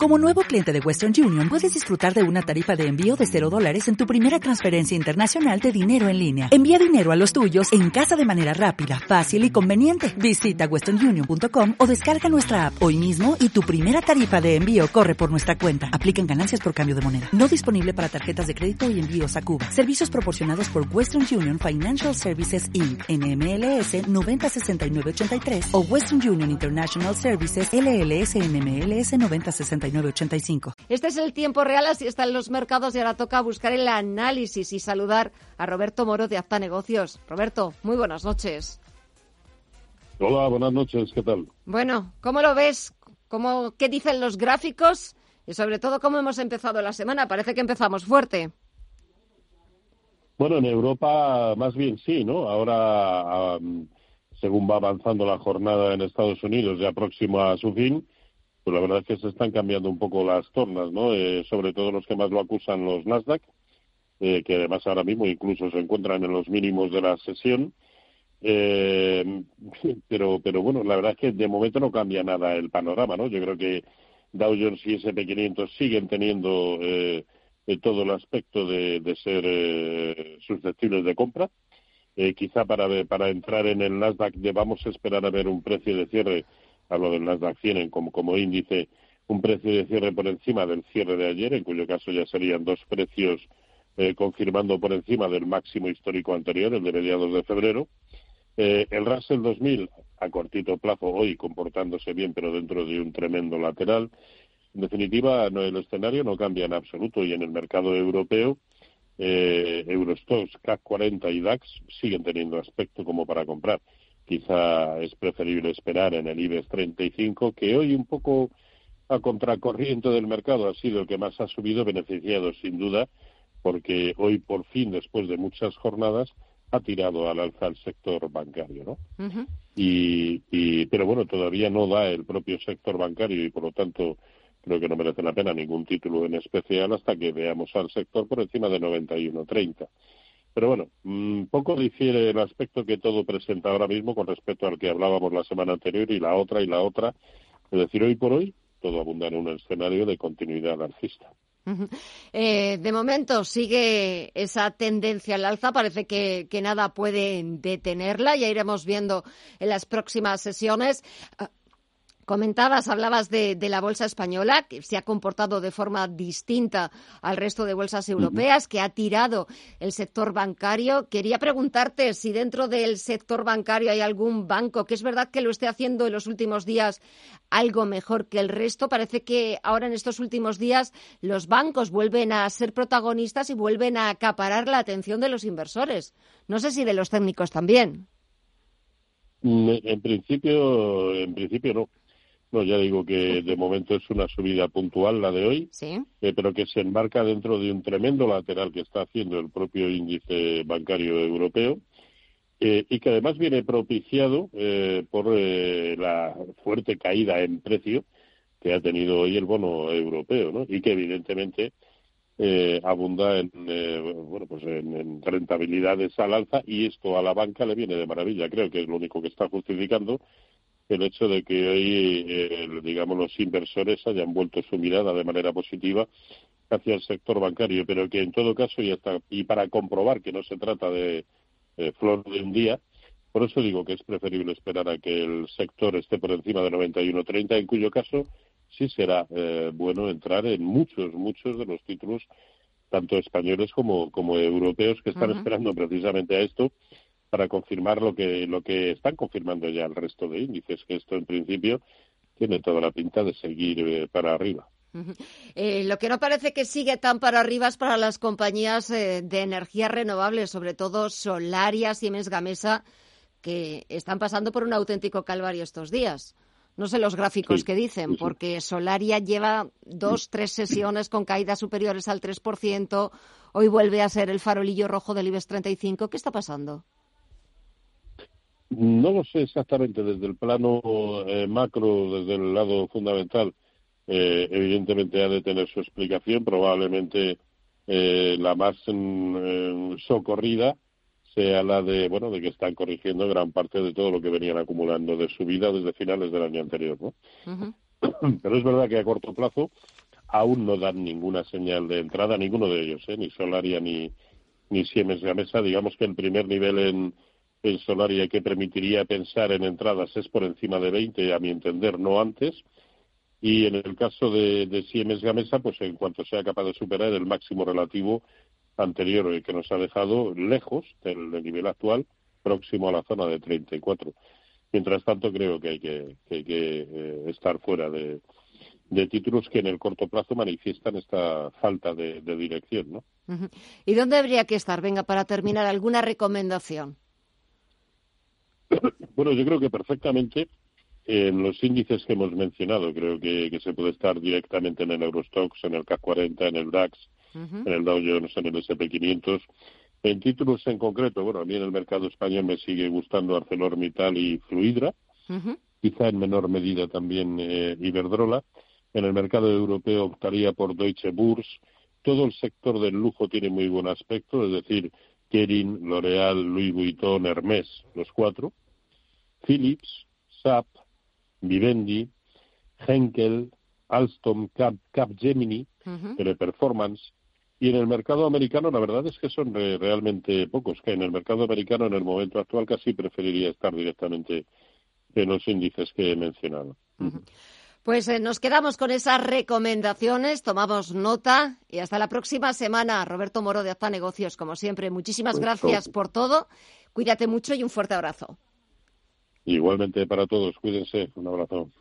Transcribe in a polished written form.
Como nuevo cliente de Western Union, puedes disfrutar de una tarifa de envío de $0 en tu primera transferencia internacional de dinero en línea. Envía dinero a los tuyos en casa de manera rápida, fácil y conveniente. Visita westernunion.com o descarga nuestra app hoy mismo y tu primera tarifa de envío corre por nuestra cuenta. Aplican ganancias por cambio de moneda. No disponible para tarjetas de crédito y envíos a Cuba. Servicios proporcionados por Western Union Financial Services Inc. NMLS 906983 o Western Union International Services LLS NMLS 906985. Este es el tiempo real, así están los mercados y ahora toca buscar el análisis y saludar a Roberto Moro de Acta Negocios. Roberto, muy buenas noches. Hola, buenas noches, ¿qué tal? Bueno, ¿cómo lo ves? ¿Qué dicen los gráficos? Y sobre todo, ¿cómo hemos empezado la semana? Parece que empezamos fuerte. Bueno, en Europa más bien sí, ¿no? Ahora, según va avanzando la jornada en Estados Unidos, ya próximo a su fin, pues la verdad es que se están cambiando un poco las tornas, ¿no? Sobre todo los que más lo acusan, los Nasdaq, que además ahora mismo incluso se encuentran en los mínimos de la sesión. Pero bueno, la verdad es que de momento no cambia nada el panorama, ¿no? Yo creo que Dow Jones y S&P 500 siguen teniendo todo el aspecto de ser susceptibles de compra. Quizá para entrar en el Nasdaq debamos esperar a ver un precio de cierre, hablo del Nasdaq 100 como índice, un precio de cierre por encima del cierre de ayer, en cuyo caso ya serían dos precios confirmando por encima del máximo histórico anterior, el de mediados de febrero. El Russell 2000 a cortito plazo hoy comportándose bien, pero dentro de un tremendo lateral. En definitiva, el escenario no cambia en absoluto y en el mercado europeo Eurostoxx, CAC 40 y DAX siguen teniendo aspecto como para comprar. Quizá es preferible esperar en el IBEX 35, que hoy un poco a contracorriente del mercado ha sido el que más ha subido, beneficiado sin duda, porque hoy por fin, después de muchas jornadas, ha tirado al alza el sector bancario, ¿no? Uh-huh. Pero bueno, todavía no da el propio sector bancario y por lo tanto creo que no merece la pena ningún título en especial hasta que veamos al sector por encima de 91.30. Pero bueno, poco difiere el aspecto que todo presenta ahora mismo con respecto al que hablábamos la semana anterior y la otra. Es decir, hoy por hoy todo abunda en un escenario de continuidad alcista. Uh-huh. De momento sigue esa tendencia al alza, parece que nada puede detenerla, ya iremos viendo en las próximas sesiones. Hablabas de la bolsa española, que se ha comportado de forma distinta al resto de bolsas europeas, que ha tirado el sector bancario. Quería preguntarte si dentro del sector bancario hay algún banco que es verdad que lo esté haciendo en los últimos días algo mejor que el resto. Parece que ahora en estos últimos días los bancos vuelven a ser protagonistas y vuelven a acaparar la atención de los inversores. No sé si de los técnicos también. En principio no. No, ya digo que de momento es una subida puntual la de hoy, ¿sí? Pero que se enmarca dentro de un tremendo lateral que está haciendo el propio índice bancario europeo y que además viene propiciado por la fuerte caída en precio que ha tenido hoy el bono europeo, ¿no? Y que evidentemente abunda en rentabilidades al alza y esto a la banca le viene de maravilla. Creo que es lo único que está justificando el hecho de que hoy, los inversores hayan vuelto su mirada de manera positiva hacia el sector bancario, pero que en todo caso y para comprobar que no se trata de flor de un día, por eso digo que es preferible esperar a que el sector esté por encima de 91.30, en cuyo caso sí será bueno entrar en muchos de los títulos, tanto españoles como europeos, que están esperando precisamente a esto, para confirmar lo que están confirmando ya el resto de índices, que esto en principio tiene toda la pinta de seguir para arriba. Uh-huh. Lo que no parece que sigue tan para arriba es para las compañías de energías renovables, sobre todo Solaria, Siemens Gamesa, que están pasando por un auténtico calvario estos días. No sé los gráficos que dicen, porque Solaria lleva 2-3 sesiones con caídas superiores al 3%, hoy vuelve a ser el farolillo rojo del IBEX 35. ¿Qué está pasando? No lo sé exactamente desde el plano macro, desde el lado fundamental. Evidentemente ha de tener su explicación, probablemente la más socorrida sea la de que están corrigiendo gran parte de todo lo que venían acumulando de subida desde finales del año anterior, ¿no? Uh-huh. Pero es verdad que a corto plazo aún no dan ninguna señal de entrada, ninguno de ellos, ni Solaria ni Siemens Gamesa. Digamos que el primer nivel en Solaria que permitiría pensar en entradas es por encima de 20, a mi entender, no antes. Y en el caso de Siemens Gamesa, pues en cuanto sea capaz de superar el máximo relativo anterior que nos ha dejado lejos del nivel actual, próximo a la zona de 34. Mientras tanto, creo que hay que estar fuera de títulos que en el corto plazo manifiestan esta falta de dirección, ¿no? Uh-huh. ¿Y dónde habría que estar? Venga, para terminar, ¿alguna recomendación? Bueno, yo creo que perfectamente en los índices que hemos mencionado. Creo que se puede estar directamente en el Eurostoxx, en el CAC 40, en el DAX, en el Dow Jones, en el S&P 500. En títulos en concreto, bueno, a mí en el mercado español me sigue gustando ArcelorMittal y Fluidra, quizá en menor medida también Iberdrola. En el mercado europeo optaría por Deutsche Börse. Todo el sector del lujo tiene muy buen aspecto, es decir, Kering, L'Oréal, Louis Vuitton, Hermès, los 4. Philips, SAP, Vivendi, Henkel, Alstom, Capgemini, Teleperformance. Y en el mercado americano la verdad es que son realmente pocos, que en el mercado americano en el momento actual casi preferiría estar directamente en los índices que he mencionado. Pues nos quedamos con esas recomendaciones, tomamos nota y hasta la próxima semana. Roberto Moro de Acta Negocios, como siempre, muchísimas gracias por todo. Cuídate mucho y un fuerte abrazo. Igualmente para todos, cuídense, un abrazo.